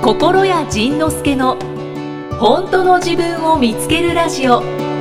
心谷仁之助の本当の自分を見つけるラジオ。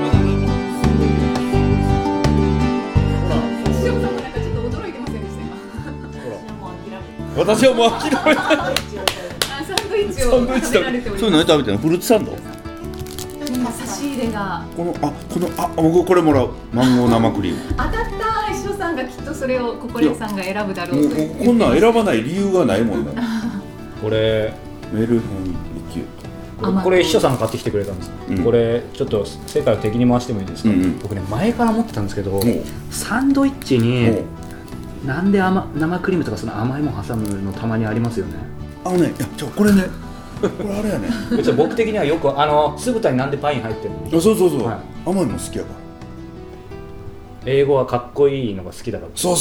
私はもう諦めた。 サンドイッチを食べられております。 そういうの食べてるの？フルーツサンド？ 今差し入れが僕これもらう。マンゴー生クリーム。 当たった。石尾さんがきっとそれを心谷さんが選ぶだろうという。 こんなん選ばない理由がないもんね。 これメルヘン一級。 これ秘書さんが買ってきてくれたんです、これちょっと世界を敵に回してもいいですか、僕ね前から思ってたんですけど、サンドイッチになんで生クリームとかその甘いもの挟むのたまにありますよね。 これねこれあれやね僕的にはよく酢豚になんでパイン入ってるの？ そう、 はい、 甘いもん好きやから。 英語はかっこいいのが好きだから。 そう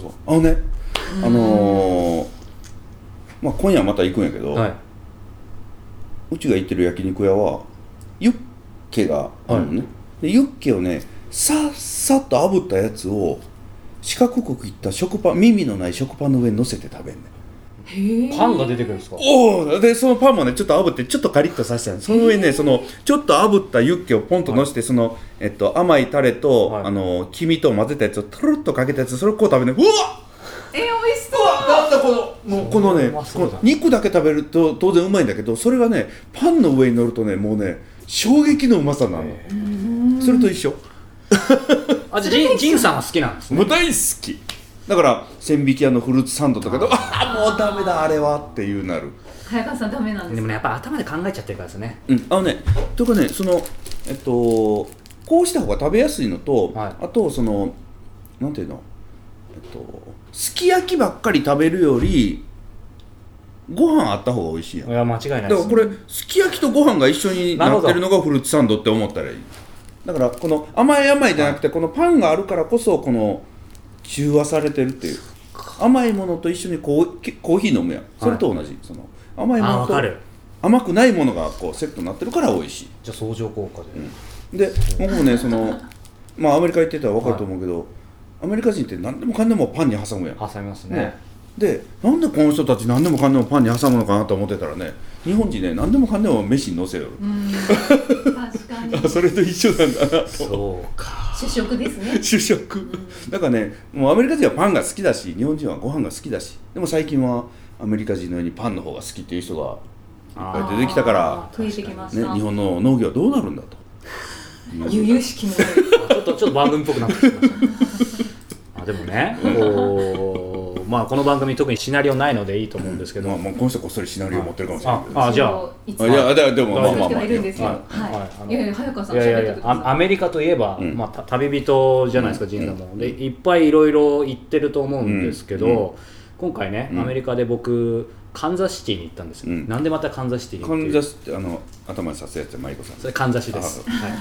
今夜また行くんやけど、はい、うちが行ってる焼肉屋はユッケがあるのね、はい、でユッケをねさっと炙ったやつを四角く切った食パン、耳のない食パンの上に乗せて食べんねん。 パンが出てくるんですか？ でそのパンもねちょっと炙ってちょっとカリッとさせたの。その上にねそのちょっと炙ったユッケをポンと乗せて、はい、その甘いタレと、はい、黄身と混ぜたやつをトロッとかけたやつ、それをこう食べるね。うわっ美味しそう。 なんだこのねこの肉だけ食べると当然うまいんだけど、それがねパンの上に乗るとねもうね衝撃のうまさなの。それと一緒。 ジンさんは好きなんですね。 もう大好きだから千疋屋のフルーツサンドとかでもうダメだあれはっていうなる。 早川さんダメなんですか？ でもねやっぱ頭で考えちゃってるからですね。 というかねそのこうした方が食べやすいのと、はい、あとそのなんていうのすき焼きばっかり食べるよりご飯あった方が美味しいやん。 いや間違いないです。 だからこれすき焼きとご飯が一緒になってるのがフルーツサンドって思ったらいい。だからこの甘いじゃなくて、このパンがあるからこそこの中和されてるっていう。甘いものと一緒にコーヒー飲むやん。それと同じ、その甘いものと甘くないものがこうセットになってるから美味しい。 じゃあ相乗効果で、 で僕もねそのアメリカ行ってたら分かると思うけど、アメリカ人って何でもかんでもパンに挟むやん。 挟みますね。 でなんでこの人たち何でもかんでもパンに挟むのかなと思ってたらね、日本人ね何でもかんでも飯に乗せよる。 確かにそれと一緒なんだなと。 そうか、 主食ですね。 主食、だからねもうアメリカ人はパンが好きだし日本人はご飯が好きだし、でも最近はアメリカ人のようにパンの方が好きっていう人がいっぱい出てきたから増えてきました、 日本の農業はどうなるんだと。 由々しきもの。 ちょっと番組っぽくなってきましたでもねこの番組特にシナリオないのでいいと思うんですけど、 この人こっそりシナリオ持ってるかもしれないけど、 じゃあでもいるんですよ。いや早川さん喋ってください。 アメリカといえば、旅人じゃないですか、陣さんも。でいっぱいいろいろ行ってると思うんですけど、今回ね、アメリカで僕カンザスシティに行ったんですよ。なんでまたカンザスシティにカンザスって頭に刺すやつマイコさん。 それカンザシです。はい。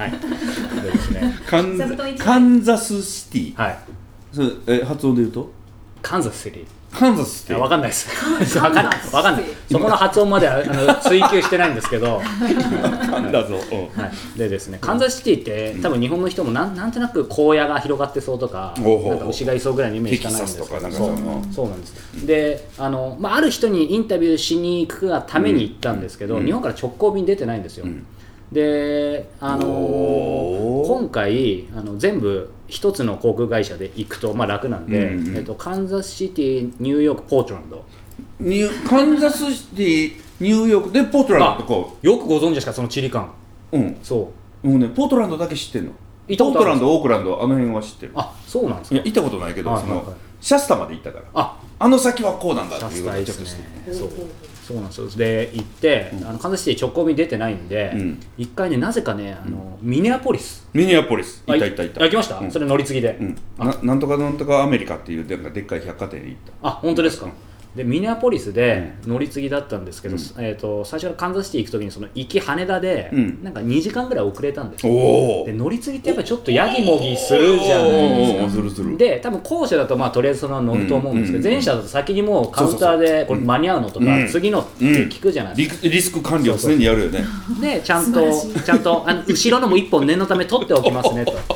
でですね。 カンザスシティ。はい。それ発音で言うとカンザスシティ。 カンザスシティ。 わかんないです。わかんない。そこの発音までは追求してないんですけど。 カンだぞ。 でですね、カンザスシティって多分日本の人もなんとなく荒野が広がってそうとか、なんか牛がいそうぐらいのイメージしかないんですけど。そうなんです。で、ある人にインタビューしに行くがために行ったんですけど、日本から直行便出てないんですよ。で、今回全部一つの航空会社で行くと楽なんで、カンザスシティ、ニューヨーク、ポートランド。 カンザスシティ、ニューヨークでポートランドとよくご存知ですか、その地理感。そう。 もうねポートランドだけ知ってるの。ポートランド、オークランドあの辺は知ってる。 そうなんですか。 いや行ったことないけど、シャスタまで行ったから。あの先はこうなんだっていうことをちょっと知ってる。 そうなんですよ。で行って、カンザスシティ直行便出てないんで、一回ねなぜかねミネアポリス行った行きました。それ乗り継ぎで、 なんとかなんとかアメリカっていうでっかい百貨店に行った。 本当ですか。でミネアポリスで乗り継ぎだったんですけど、最初からカンザスシティ行くときにその行き羽田で、なんか2時間ぐらい遅れたんですよ。で乗り継ぎってやっぱりちょっとヤギもぎするじゃないですか。で多分後者だととりあえずその乗ると思うんですけど、前者だと先にもうカウンターでこれ間に合うのとか、次のって聞くじゃないですか。 リスク管理を常にやるよね。 でちゃんと後ろのも1本念のため取っておきますねと。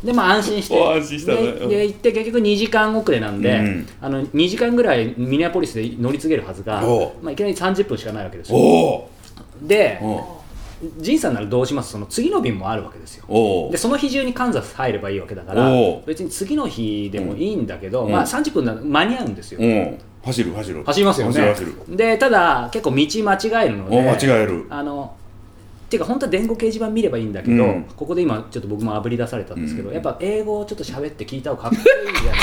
でまあ安心して安心したね、 で行って結局2時間遅れなんで、2時間ぐらいミネアポリスで乗り継げるはずが、まあ、いきなり30分しかないわけですよ。でジンさんならどうします？その次の便もあるわけですよ。でその日中にカンザス入ればいいわけだから別に次の日でもいいんだけど、まあ、30分なら間に合うんですよ。 走りますよね。でただ結構道間違えるので、 間違えるっていうか本当は電光掲示板見ればいいんだけど、ここで今ちょっと僕もあぶり出されたんですけど、やっぱ英語をちょっと喋って聞いた方がかっこいいじゃない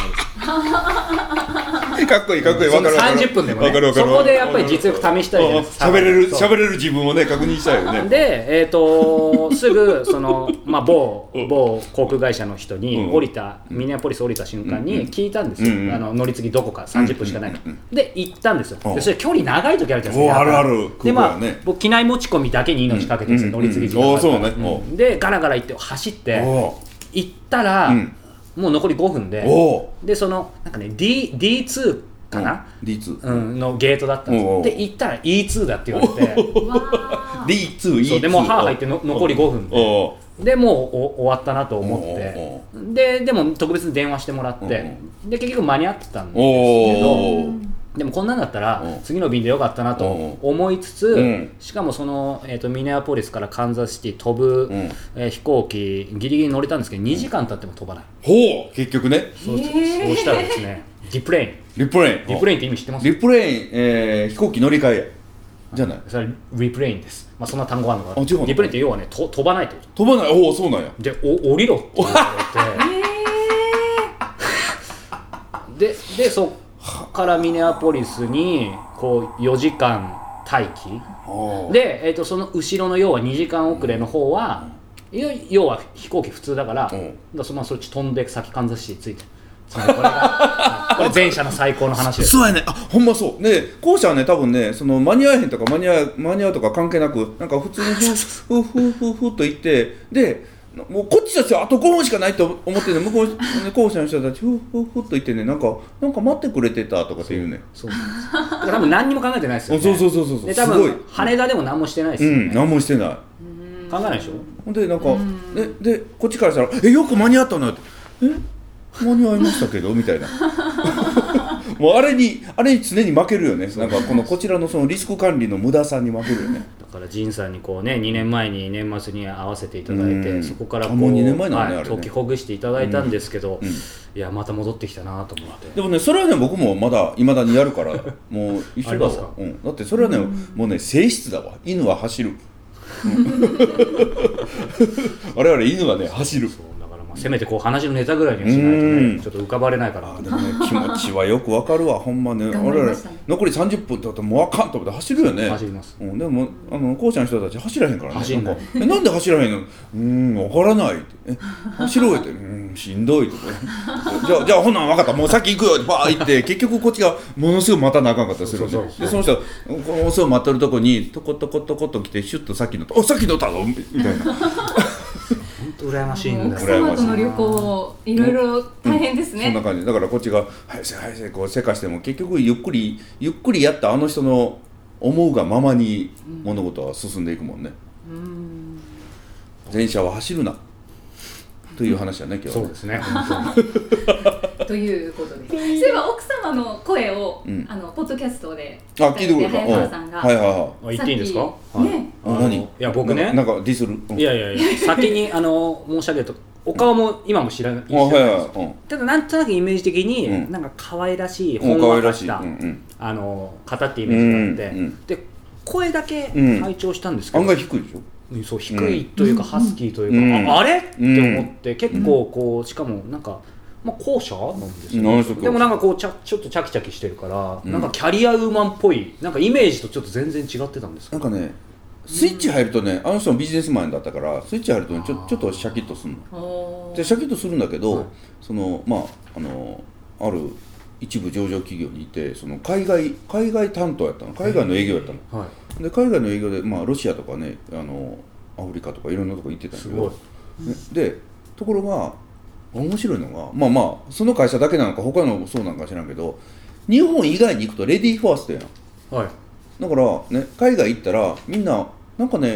ですか。 かっこいい分かる分かる。 30分でもね、そこでやっぱり実力試したいじゃないですか。 喋れる自分をね確認したいよね。 ですぐそのまあ某航空会社の人に降りた、ミネアポリス降りた瞬間に聞いたんですよ。乗り継ぎどこか30分しかないの。で行ったんですよ。でそれ距離長い時あるじゃないですか。 ある。 でまあ僕機内持ち込みだけに命かけて乗り継ぎ時間があるから、でガラガラ行って走って行ったら、もう残り5分でそのなんかね D2 かな、D2、のゲートだったんですよ。で行ったら E2 だって言われて D2 そうでもう歯入って残り5分でもう終わったなと思ってでも特別に電話してもらってで結局間に合ってたんですけど、でもこんなんだったら次の便でよかったなと思いつつ、しかもその、ミネアポリスからカンザスシティ飛ぶ、飛行機ギリギリ乗れたんですけど2時間経っても飛ばない。 結局ね。 そうしたらですね、リプレインって意味知ってます？ リプレイン、飛行機乗り換えじゃない。 それリプレインです。まあそんな単語あるのかな。 リプレインって要はね飛ばないってこと。 飛ばない。そうなんや。 で降りろって言われてでそっからミネアポリスにこう4時間待機で、その後ろの要は2時間遅れの方は、要は飛行機普通だから、そっち飛んで先カンザスシティついてこれ前者の最高の話です。 そうやね。ほんまそうね。後者はね多分ねその間に合えへんとか間に合うとか関係なくなんか普通にふっと行ってでもうこっちたちはあと5分しかないと思ってね、向こう後者の人たちふっと言ってねなんか待ってくれてたとかって言うね。 そうだから多分何にも考えてないですよね。 そうで多分羽田でも何もしてないですよね。 何もしてない。 考えないでしょ。 ほんでなんかでこっちからしたらよく間に合ったなって間に合いましたけどみたいなもうあれに常に負けるよね。なんかこちらのそのリスク管理の無駄さに負けるよね。 だから仁さんにこうね2年前に年末に会わせていただいてそこからこうもう2年前なのね、あれね解きほぐしていただいたんですけど、いやまた戻ってきたなと思って。 でもねそれはね僕もいまだにやるからもう一緒だわ。だってそれはねもうね性質だわ。犬は走る我々犬はね走る。 せめてこう話のネタぐらいにはしないとねちょっと浮かばれないから。 でもね気持ちはよくわかるわほんまね。我々残り30分って言ったらもうあかんと思って走るよね。 走ります。 でも後者の人たち走らへんからね。 走んない。 なんで走らへんの？わからないって走ろうってしんどいとかじゃあほな分かったもう先行くよってバー行って結局こっちがものすごい待たなあかんかったりするんでその人このすごい待ってるとこにトコトコトコと来てシュッと先乗った先乗ったのみたいな本当羨ましいんだ。 奥様との旅行いろいろ大変ですね。 そんな感じだからこっちが早せこうせかしても結局ゆっくりやったあの人の思うがままに物事は進んでいくもんね。前者は走るなという話だね今日は。 そうですねということで、そういえば奥様の声を、ポッドキャストで聞いてくれた。 早川さんが言っていいんですか？ ね、 何？ いや僕ねなんかディスる？ いや先に申し上げるとお顔も今も知らないです。ただなんとなくイメージ的になんか可愛らしいほんわかした方ってイメージがあってで声だけ拝聴したんですけど案外低いでしょ。 そう低いというかハスキーというかあれって思って結構こうしかもなんか後者なんですよね。でもなんかこうちょっとチャキチャキしてるからなんかキャリアウーマンっぽいなんかイメージとちょっと全然違ってたんですけどなんかねスイッチ入るとねあの人もビジネスマンだったからスイッチ入るとねちょっとシャキッとするのでシャキッとするんだけどそのある一部上場企業にいてその海外担当やったの海外の営業やったので海外の営業でロシアとかねアフリカとかいろんなとこ行ってたんだけどでところが面白いのがその会社だけなのか他のもそうなんか知らんけど日本以外に行くとレディーファーストやん。だからね海外行ったらみんななんかね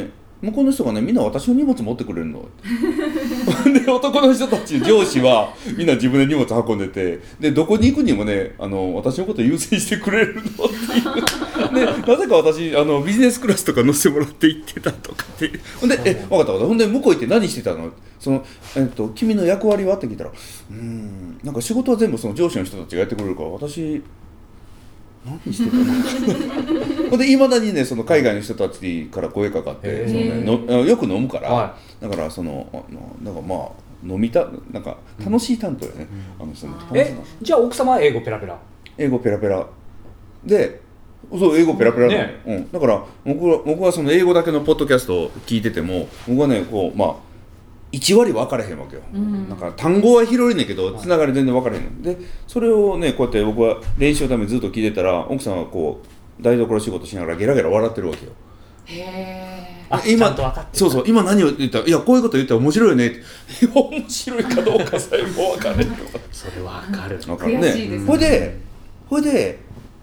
向こうの人がねみんな私の荷物持ってくれるので男の人たち上司はみんな自分で荷物運んでてでどこに行くにもね私のこと優先してくれるのっていうでなぜか私ビジネスクラスとか乗せてもらって行ってたとかってほんで分かったほんで向こう行って何してたの君の役割はって聞いたらなんか仕事は全部その上司の人たちがやってくれるから私何してたのほんでいまだにねその海外の人たちから声かかってよく飲むから、はい、だからなんかまあ飲みたなんか楽しい担当よね、 じゃあ奥様は英語ペラペラ英語ペラペラでそう英語ペラペラだね、だから僕はその英語だけのポッドキャストを聞いてても僕はねこうまあ1割分かれへんわけよ、なんか単語は広いねんけどつながり全然分からへんでそれをねこうやって僕は練習のためにずっと聞いてたら奥さんはこう台所仕事しながらゲラゲラ笑ってるわけよ。 へー今そう今何を言ったらいやこういうこと言ったら面白いよねって面白いかどうかさえも分からへんそれ分かる悔しいですね。 ほいで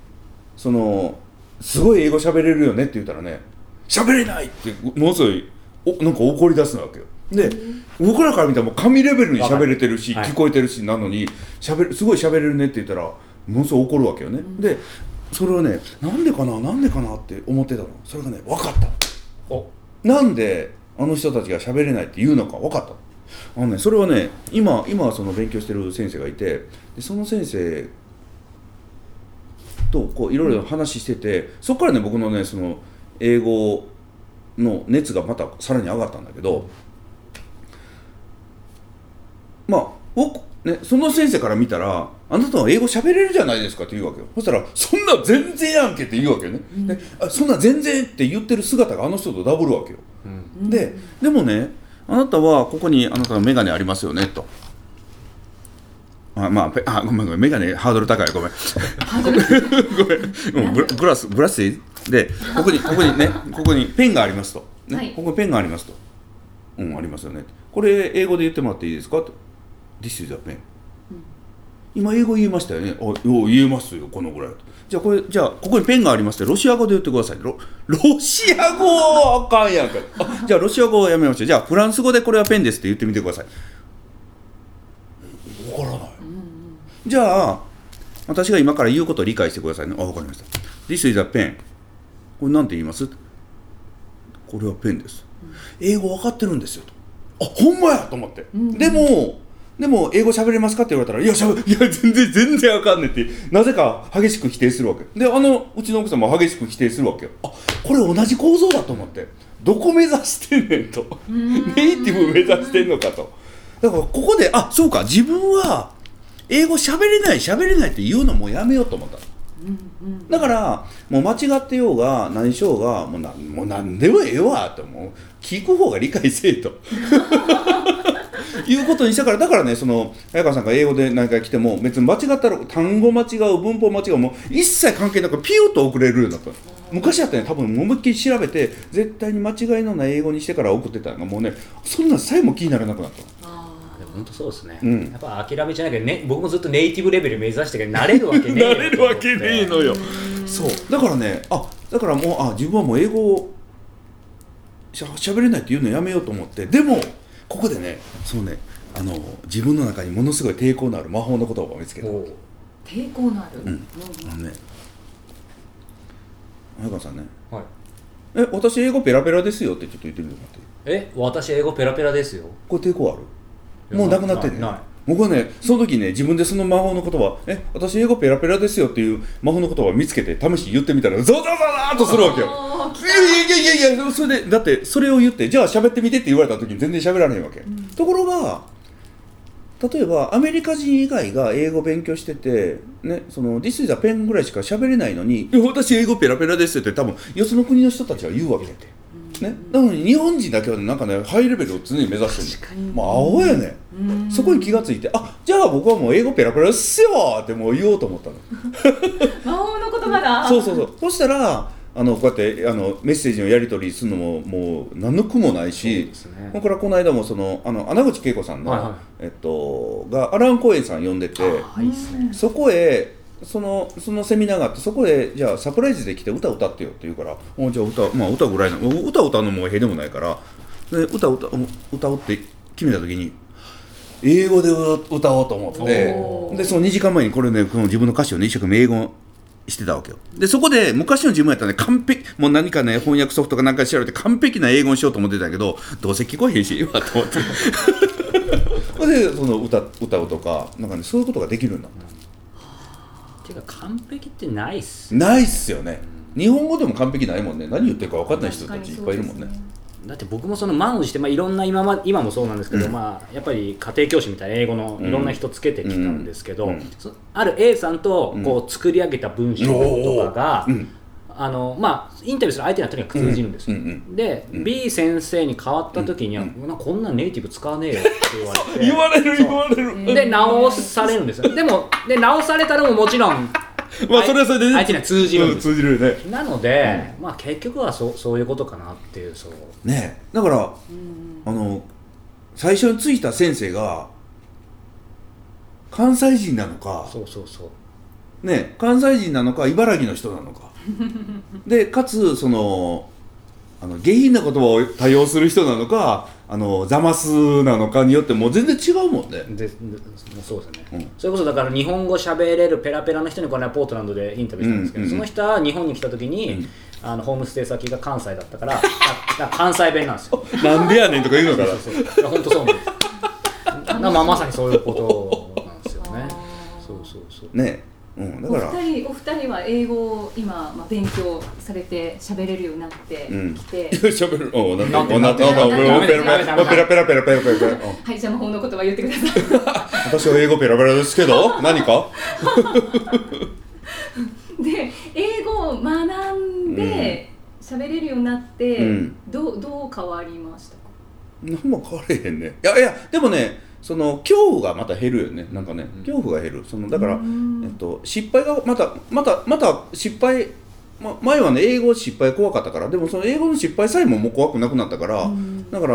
すごい英語喋れるよねって言ったらね喋れないってものすごいなんか怒り出すわけよ。で僕らから見たらもう神レベルに喋れてるし、聞こえてるしなのにすごい喋れるねって言ったらものすごい怒るわけよね、でそれをねなんでかなって思ってたの。それがね分かった。なんであの人たちが喋れないって言うのか分かった。それはね今その勉強してる先生がいてでその先生とこういろいろ話しててそこからね僕のねその英語の熱がまたさらに上がったんだけど、まあその先生から見たらあなたは英語喋れるじゃないですかって言うわけよ。そしたらそんな全然やんけって言うわけよね、でそんな全然って言ってる姿があの人とダブるわけよ、でもねあなたはここにあなたのメガネありますよねとごめんメガネハードル高いごめんごめんグラスでここにペンがありますと、ね、はい、ここにペンがありますとありますよね。これ英語で言ってもらっていいですかと This is a pen、今英語言いましたよね。言えますよこのぐらい。じゃあここにペンがありますってロシア語で言ってください。ロシア語はあかんやんか。じゃあロシア語をやめましょう。じゃあフランス語でこれはペンですって言ってみてください。わからない、じゃあ私が今から言うことを理解してくださいね。わかりました。 This is a pen、 これなんて言います？これはペンです、英語分かってるんですよと。ほんまやと思って、でも英語喋れますかって言われたらいや全然あかんねんってなぜか激しく否定するわけで、うちの奥さんも激しく否定するわけよ。これ同じ構造だと思って、どこ目指してんねんとネイティブ目指してんのかと。だからここでそうか自分は英語喋れないって言うのもやめようと思った。だからもう間違ってようが何しようがもう何でもええわってもう聞く方が理解せえということにしたから。だからね早川さんが英語で何回来ても別に間違ったら単語間違う文法間違うもう一切関係なくピューと送れるようになった。昔だったらね多分思いっきり調べて絶対に間違いのない英語にしてから送ってたのがもうねそんなんさえも気にならなくなった。 本当そうですね、やっぱ諦めちゃないけど、ね、僕もずっとネイティブレベル目指してけど慣れるわけねえ慣れるわけねえのよ。そうだからねだからもう自分はもう英語喋れないって言うのやめようと思って、でもここでね自分の中にものすごい抵抗のある魔法の言葉を見つけた。 抵抗のある、 早川さんね、 はい、 私英語ペラペラですよってちょっと言ってみてもらって。 私英語ペラペラですよ。 これ抵抗ある？もうなくなってんねん。僕はねその時ね自分でその魔法の言葉私英語ペラペラですよっていう魔法の言葉を見つけて試しに言ってみたらザザザザーっとするわけよ。いやそれでだってそれを言ってじゃあ喋ってみてって言われた時に全然喋られへんわけ、ところが例えばアメリカ人以外が英語勉強しててねThis is a pen ぐらいしか喋れないのに私英語ペラペラですよって多分よその国の人たちは言うわけでね、なのに日本人だけはなんかねハイレベルを常に目指してる。もう青やね、そこに気がついてじゃあ僕はもう英語ペラペラですよってもう言おうと思ったの魔法の言葉だ。 そうそしたらこうやってメッセージのやり取りするのももう何の苦もないし、この間も穴口恵子さんの、がアラン・コエンさん呼んでて、そこへそのセミナーがあって、そこでじゃあサプライズで来て歌歌ってよって言うから、じゃあ歌ぐらいの歌歌うのもへでもないから、で歌うって決めた時に英語で歌おうと思って、でその2時間前にこれね、この自分の歌詞をね一生懸命英語してたわけよ。でそこで昔の自分やったらね、完璧もう何かね翻訳ソフトかなんか調べて完璧な英語にしようと思ってたけど、どうせ聞こえへんしいいわと思ってでその歌うとかなんかね、そういうことができるんだていうか完璧ってないっすよね。日本語でも完璧ないもんね。何言ってるか分かんない人たちいっぱいいるもんね。 だって僕もその満を持して、いろんな今もそうなんですけど、やっぱり家庭教師みたいな英語のいろんな人つけてきたんですけど、ある A さんとこう作り上げた文章とかが、インタビューする相手にはとにかく通じるんですよ。で、B 先生に変わった時には、こんなネイティブ使わねえよって言われて言われるで直されるんですよ。で直されたらもちろんそれはそれで、ね、 相手には通じるんです、 通じるね。 なので、結局はそういうことかなっていう。 ね、だから最初についた先生が関西人なのか、ね、関西人なのか茨城の人なのかでかつその下品な言葉を多用する人なのかザマスなのかによってもう全然違うもんね。 そうですね、それこそだから日本語喋れるペラペラの人にこの間ポートランドでインタビューしたんですけど、その人は日本に来た時に、ホームステイ先が関西だったから関西弁なんですよなんでやねんとか言うのかな。 本当そうなんですまさにそういうことなんですよね。そうね。だからお二人は英語を今、勉強されて喋れるようになってきて、 喋るペラペラはい、じゃあ魔法の言葉言ってください私は英語ペラペラですけど何かで英語を学んで喋れるようになって、どう変わりましたか？ 何も変われへんね。いやでもね、その恐怖がまた減るよね。なんかね、恐怖が減る。だから、失敗がまた失敗、前はね英語失敗怖かったから、でもその英語の失敗さえももう怖くなくなったから、だから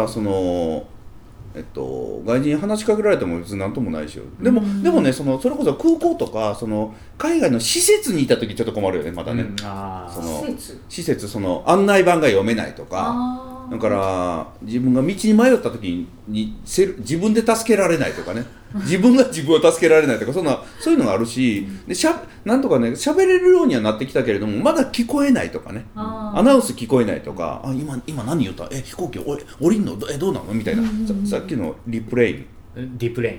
外人に話しかけられても別になんともないでしょ。でもね、それこそ空港とか海外の施設にいた時ちょっと困るよね、まだね。施設案内板が読めないとか。だから自分が道に迷った時に自分で助けられないとかね、自分が自分を助けられないとか、そういうのがあるし、でなんとかね喋れるようにはなってきたけれども、まだ聞こえないとかね、アナウンス聞こえないとか、今何言った、飛行機降りんの、どうなのみたいな、さっきのディプレインディプレ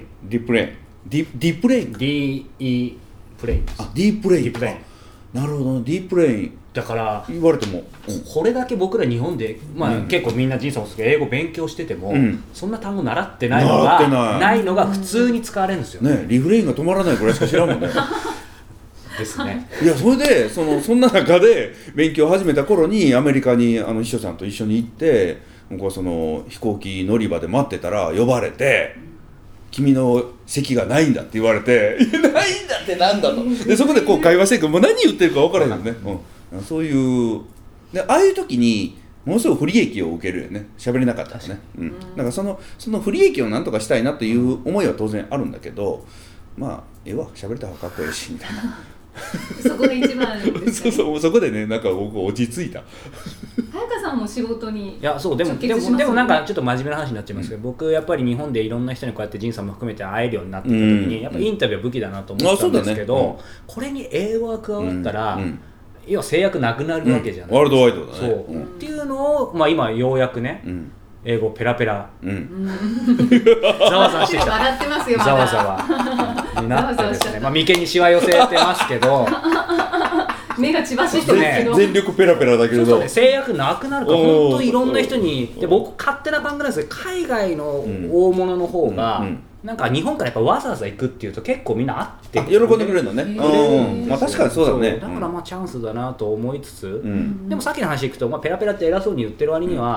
インなるほど、ディープレインだから言われても、 これだけ僕ら日本で、結構みんな人生もすけど英語勉強してても、そんな単語習ってないのが普通に使われるんですよね。リフレインが止まらないぐらいしか知らんもんねですね。 いや、それでそんな中で勉強を始めた頃にアメリカに秘書さんと一緒に行って、僕は飛行機乗り場で待ってたら呼ばれて、君の席がないんだって言われて、ないんだってなんだと。でそこでこう会話してるけど、もう何言ってるか分からへんよね。そういうで、ああいう時にものすごい不利益を受けるよね、喋れなかったらね。だからその不利益をなんとかしたいなという思いは当然あるんだけど、喋れた方がかっこいいしみたいなそこで一番ですね。 そこでね、なんか僕落ち着いた。 早川さんも仕事にでもなんかちょっと真面目な話になっちゃいますけど、僕やっぱり日本でいろんな人にこうやって仁さんも含めて会えるようになってた時に、やっぱインタビューは武器だなと思ったんですけど、これに英語が加わったら、要は制約なくなるわけじゃない、 ワールドワイドだね。 そう、っていうのを、今ようやくね、英語ペラペラ、ざわざわしてきた、 笑ってますよ、 ざわざわになってですね、眉間にしわ寄せてますけど目が血走ってますけど、 全力ペラペラだけど、 制約なくなるから本当にいろんな人に。で、僕勝手な考えなんですけど、海外の大物の方が、なんか日本からやっぱわざわざ行くっていうと結構みんな会って喜んでくれるのね。確かにそうだね。 だからチャンスだなと思いつつ、でもさっきの話いくと、ペラペラって偉そうに言ってる割には、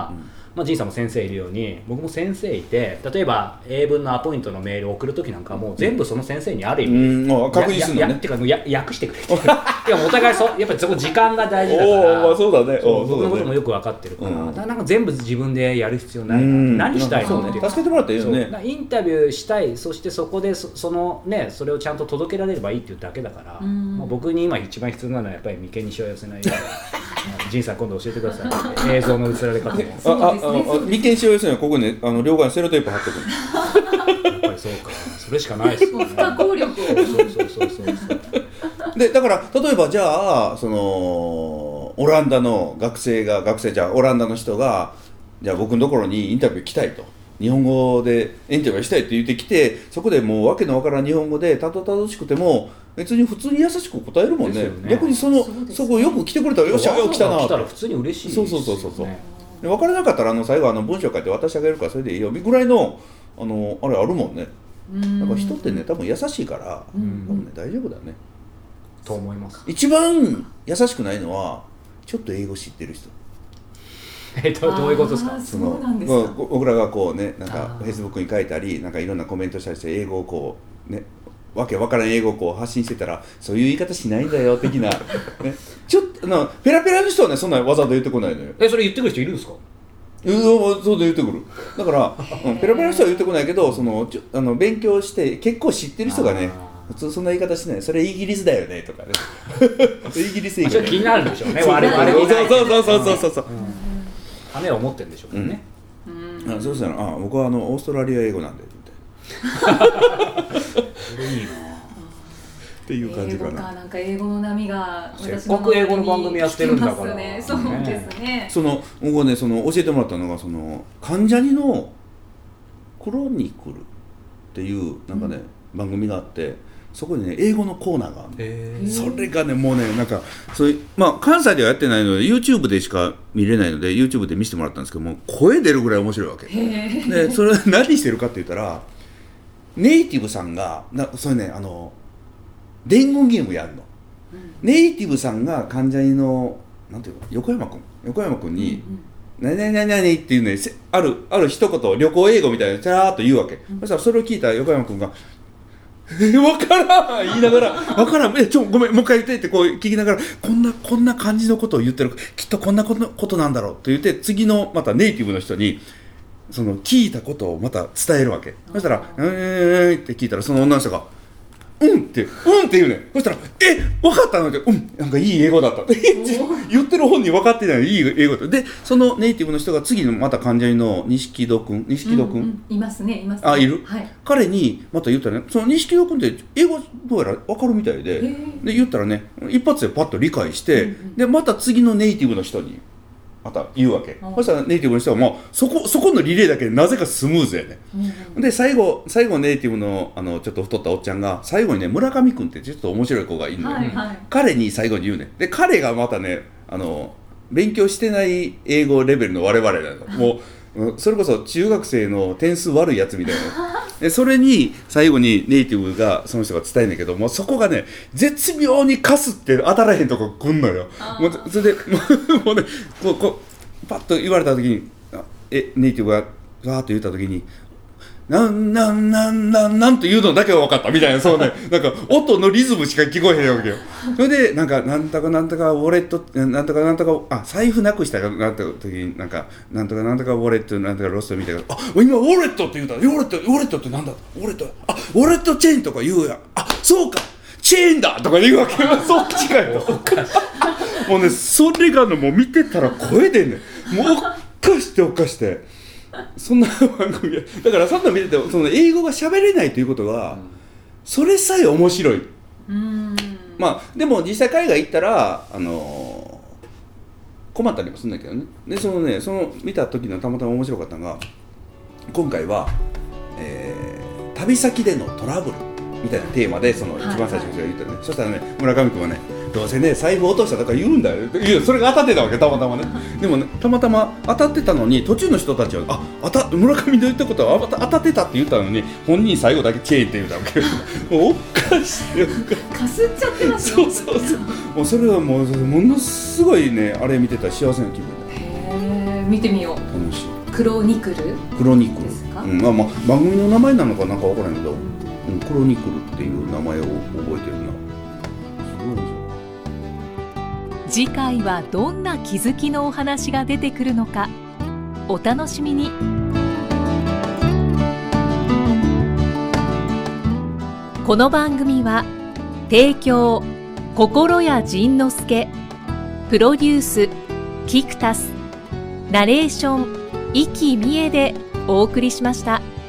仁さんも先生いるように僕も先生いて、例えば英文のアポイントのメールを送るときなんかもう全部その先生にある意味確認するのね。 っていうか訳してくれていやお互いやっぱりそこ時間が大事だからそうだね。 僕のこともよく分かってるから、だからなんか全部自分でやる必要ないな。何したいのって助けてもらったらいいよね。 インタビューしたい、そしてそこでそのねそれをちゃんと届けられればいいっていうだけだから、僕に今一番必要なのはやっぱり眉間にしわ寄せない仁さん今度教えてください映像の映られ方も眉間しわ寄せないここね両側にセロテープ貼ってくるやっぱりそうか、それしかないですよね。 不可抗力そうでだから例えばじゃあそのオランダのオランダの人がじゃあ僕のところにインタビュー来たいと、日本語でインタビューしたいって言ってきて、そこでもうわけのわからん日本語でたどたどしくても別に普通に優しく答えるもん ね。逆にそこよく来てくれたらよっしゃよく来たな来たら普通に嬉しいですよね。 そう分からなかったら最後文章書いて渡してあげるからそれでいいよぐらいのあれあるもんね。だから人ってね多分優しいから、多分ね大丈夫だねと思います。 一番優しくないのはちょっと英語知ってる人。 どういうことですか？ そうなんですか。 僕らがこうねなんかフェイスブックに書いたりなんかいろんなコメントしたりして英語をこうねわけわからん英語をこう発信してたらそういう言い方しないんだよ的な、ね、ちょっとペラペラの人はねそんなわざわざ言ってこないのよ。 それ言ってくる人いるんですか？ そうで言ってくる。だからペラペラの人は言ってこないけど勉強して結構知ってる人がね普通そんな言い方しない。それイギリスだよねとかねイギリス英語ちょっと気になるんでしょうね。我々にそう羽を持ってるんでしょうね。 そうしたら僕はオーストラリア英語なんでそれいいなっていう感じかな。 なんか英語の波がせっかく英語の番組やってるんだからね。そうですね。 僕ね教えてもらったのが関ジャニのクロニクルっていうなんかね、番組があってそこにね英語のコーナーがあるの。それがねもうねなんかそういう関西ではやってないので YouTube でしか見れないので YouTube で見せてもらったんですけども声出るぐらい面白いわけで、それ何してるかって言ったらネイティブさんがそれね伝言ゲームやるの、ネイティブさんが関ジャニのなんていうの横山君に何っていうねある一言旅行英語みたいなチャーっと言うわけ、そしたらそれを聞いた横山君が分からん言いながら分からんごめんもう一回言ってってこう聞きながらこんな感じのことを言ってるきっとこんなことなんだろうって言って次のまたネイティブの人にその聞いたことをまた伝えるわけ。そしたらって聞いたらその女の人がって言うね。そしたら分かったのってなんかいい英語だった言ってる本人分かってないいい英語だったで、そのネイティブの人が次のまた関ジャニの錦戸くんいますねいる、 はい、 彼にまた言ったらねその錦戸くんって英語どうやら分かるみたいで言ったらね一発でパッと理解して、でまた次のネイティブの人にまた言うわけ。そしたらネイティブの人はそこのリレーだけでなぜかスムーズやね、で最後ネイティブのちょっと太ったおっちゃんが最後にね村上くんってちょっと面白い子がいるのよ、彼に最後に言うね。で彼がまたね勉強してない英語レベルの我々なのもうそれこそ中学生の点数悪いやつみたいなでそれに最後にネイティブがその人が伝えんねんけどもそこがね絶妙にかすって当たらへんとこ来んのよ。もうそれでもうねこうパッと言われた時にネイティブがガーッと言った時になんというのだけは分かったみたいなそうねなんか音のリズムしか聞こえへんわけよ。それでなんとかウォレットなんとか財布なくしたらなった時になんとかウォレットなんとかロストみたいな今ウォレットって言うたらウォレットってなんだウォレットチェーンとか言うやんそうかチェーンだとか言うわけそっちかよもうねそれがもう見てたら声でねもうおかしてそんな番組だからそんな見ててその英語が喋れないということは、それさえ面白い。でも実際海外行ったら困ったりもするんだけどね。でその見た時のたまたま面白かったのが今回は、旅先でのトラブルみたいなテーマで一番最初に言ったね、そしたらね村上君はねどうせね財布落としたとか言うんだよそれが当たってたわけたまたまねでもねたまたま当たってたのに途中の人たちは村上の言ったことは当たってたって言ったのに本人最後だけチェーンって言ったわけもうおかしいかすっちゃってますよそうもうそれはものすごいねあれ見てたら幸せな気分だ。 見てみよう。 楽しい。 クロニクルですか、まあ、番組の名前なのかなんか分からないけど、クロニクルっていう名前を覚えてるな。 次回はどんな気づきのお話が出てくるのか、お楽しみに。この番組は提供心谷仁之助、プロデュースキクタス、ナレーション生きみえでお送りしました。